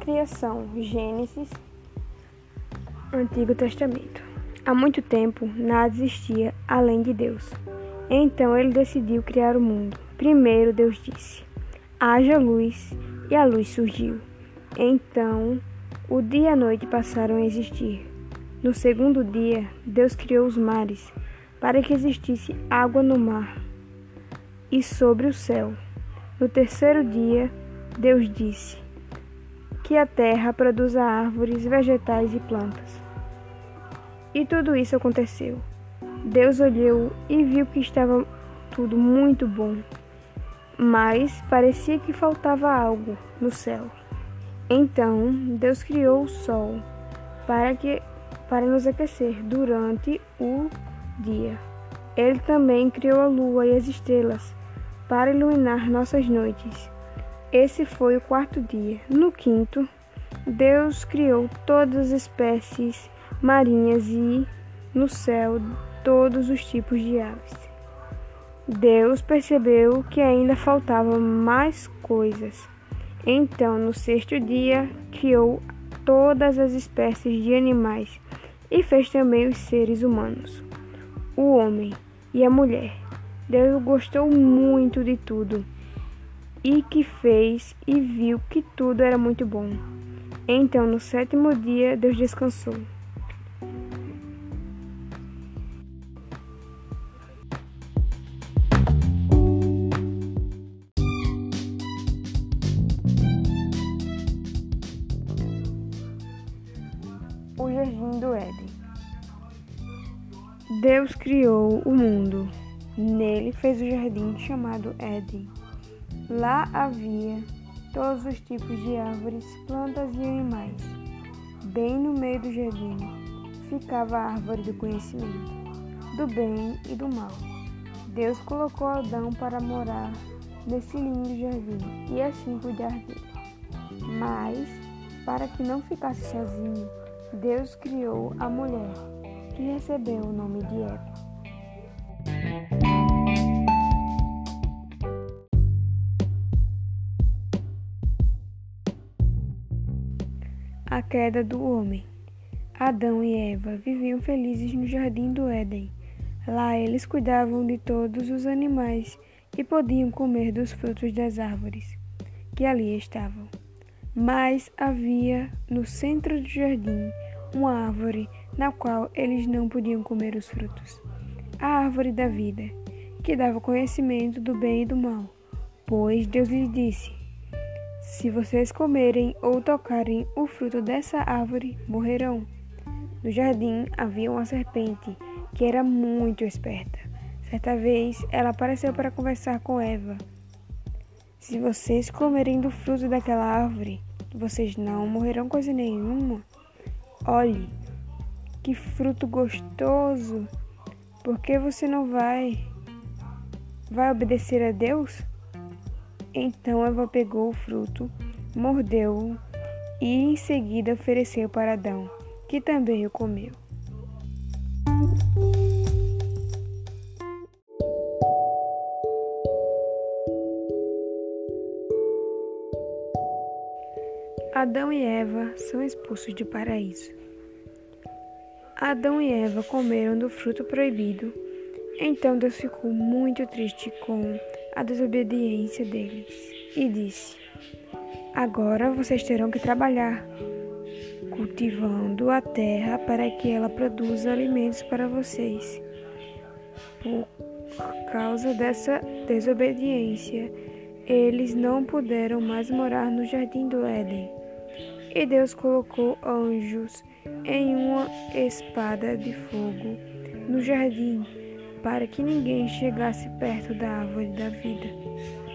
criação, Gênesis, Antigo Testamento. Há muito tempo, nada existia além de Deus. Então ele decidiu criar o mundo. Primeiro Deus disse: haja luz, e a luz surgiu. Então o dia e a noite passaram a existir. No segundo dia, Deus criou os mares, para que existisse água no mar e sobre o céu. No terceiro dia, Deus disse que a terra produza árvores, vegetais e plantas. E tudo isso aconteceu. Deus olhou e viu que estava tudo muito bom, mas parecia que faltava algo no céu. Então, Deus criou o sol para nos aquecer durante o dia. Ele também criou a lua e as estrelas para iluminar nossas noites. Esse foi o quarto dia. No quinto, Deus criou todas as espécies marinhas e, no céu, todos os tipos de aves. Deus percebeu que ainda faltavam mais coisas. Então, no sexto dia, criou todas as espécies de animais e fez também os seres humanos, o homem e a mulher. Deus gostou muito de tudo e que fez e viu que tudo era muito bom. Então, no sétimo dia, Deus descansou. O Jardim do Éden. Deus criou o mundo. Nele fez o jardim chamado Éden. Lá havia todos os tipos de árvores, plantas e animais. Bem no meio do jardim ficava a árvore do conhecimento, do bem e do mal. Deus colocou Adão para morar nesse lindo jardim e assim cuidar dele. Mas, para que não ficasse sozinho, Deus criou a mulher, que recebeu o nome de Eva. A queda do homem. Adão e Eva viviam felizes no jardim do Éden. Lá eles cuidavam de todos os animais e podiam comer dos frutos das árvores que ali estavam. Mas havia no centro do jardim uma árvore na qual eles não podiam comer os frutos. A árvore da vida, que dava conhecimento do bem e do mal. Pois Deus lhes disse: se vocês comerem ou tocarem o fruto dessa árvore, morrerão. No jardim havia uma serpente que era muito esperta. Certa vez, ela apareceu para conversar com Eva. Se vocês comerem do fruto daquela árvore, vocês não morrerão coisa nenhuma. Olhe, que fruto gostoso! Por que você não vai obedecer a Deus? Então Eva pegou o fruto, mordeu-o e em seguida ofereceu para Adão, que também o comeu. Adão e Eva são expulsos do paraíso. Adão e Eva comeram do fruto proibido. Então Deus ficou muito triste com a desobediência deles e disse: agora vocês terão que trabalhar, cultivando a terra para que ela produza alimentos para vocês. Por causa dessa desobediência, eles não puderam mais morar no jardim do Éden. E Deus colocou anjos em uma espada de fogo no jardim, para que ninguém chegasse perto da árvore da vida.